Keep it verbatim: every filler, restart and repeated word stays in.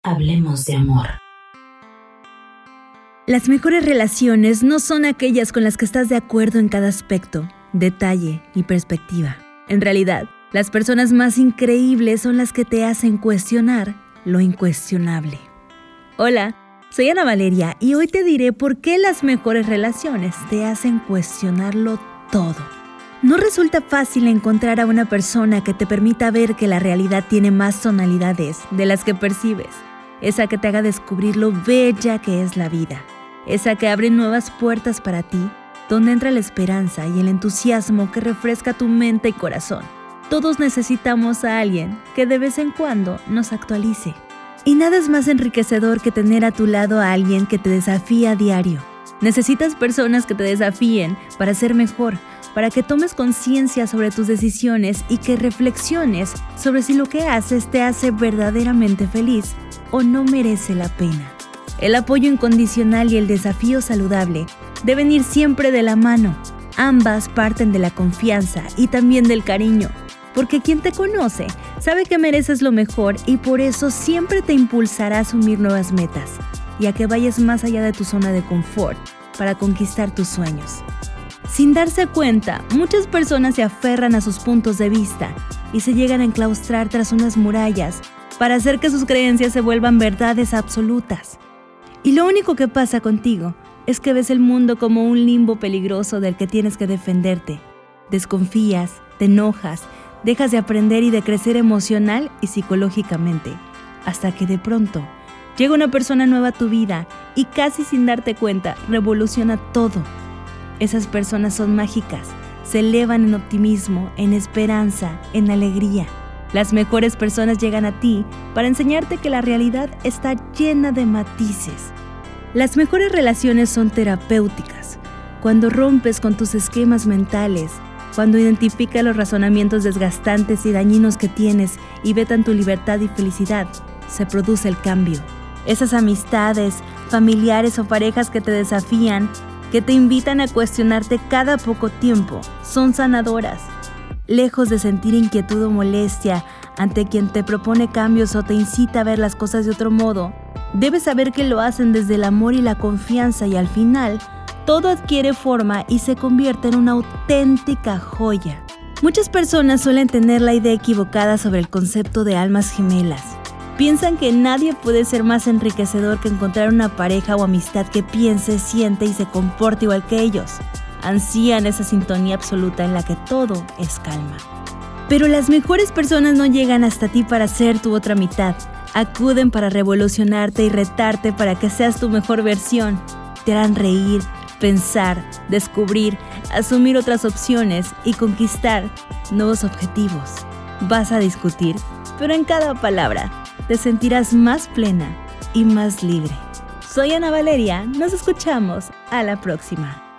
Hablemos de amor. Las mejores relaciones no son aquellas con las que estás de acuerdo en cada aspecto, detalle y perspectiva. En realidad, las personas más increíbles son las que te hacen cuestionar lo incuestionable. Hola, soy Ana Valeria y hoy te diré por qué las mejores relaciones te hacen cuestionarlo todo. No resulta fácil encontrar a una persona que te permita ver que la realidad tiene más tonalidades de las que percibes. Esa que te haga descubrir lo bella que es la vida. Esa que abre nuevas puertas para ti, donde entra la esperanza y el entusiasmo que refresca tu mente y corazón. Todos necesitamos a alguien que de vez en cuando nos actualice. Y nada es más enriquecedor que tener a tu lado a alguien que te desafía a diario. Necesitas personas que te desafíen para ser mejor, para que tomes conciencia sobre tus decisiones y que reflexiones sobre si lo que haces te hace verdaderamente feliz o no merece la pena. El apoyo incondicional y el desafío saludable deben ir siempre de la mano. Ambas parten de la confianza y también del cariño, porque quien te conoce sabe que mereces lo mejor y por eso siempre te impulsará a asumir nuevas metas y a que vayas más allá de tu zona de confort para conquistar tus sueños. Sin darse cuenta, muchas personas se aferran a sus puntos de vista y se llegan a enclaustrar tras unas murallas para hacer que sus creencias se vuelvan verdades absolutas. Y lo único que pasa contigo es que ves el mundo como un limbo peligroso del que tienes que defenderte. Desconfías, te enojas, dejas de aprender y de crecer emocional y psicológicamente, hasta que de pronto llega una persona nueva a tu vida y casi sin darte cuenta revoluciona todo. Esas personas son mágicas, se elevan en optimismo, en esperanza, en alegría. Las mejores personas llegan a ti para enseñarte que la realidad está llena de matices. Las mejores relaciones son terapéuticas. Cuando rompes con tus esquemas mentales, cuando identificas los razonamientos desgastantes y dañinos que tienes y vetan tu libertad y felicidad, se produce el cambio. Esas amistades, familiares o parejas que te desafían, que te invitan a cuestionarte cada poco tiempo, son sanadoras. Lejos de sentir inquietud o molestia ante quien te propone cambios o te incita a ver las cosas de otro modo, debes saber que lo hacen desde el amor y la confianza y al final, todo adquiere forma y se convierte en una auténtica joya. Muchas personas suelen tener la idea equivocada sobre el concepto de almas gemelas. Piensan que nadie puede ser más enriquecedor que encontrar una pareja o amistad que piense, siente y se comporte igual que ellos. Ansían esa sintonía absoluta en la que todo es calma. Pero las mejores personas no llegan hasta ti para ser tu otra mitad. Acuden para revolucionarte y retarte para que seas tu mejor versión. Te harán reír, pensar, descubrir, asumir otras opciones y conquistar nuevos objetivos. Vas a discutir, pero en cada palabra te sentirás más plena y más libre. Soy Ana Valeria, nos escuchamos a la próxima.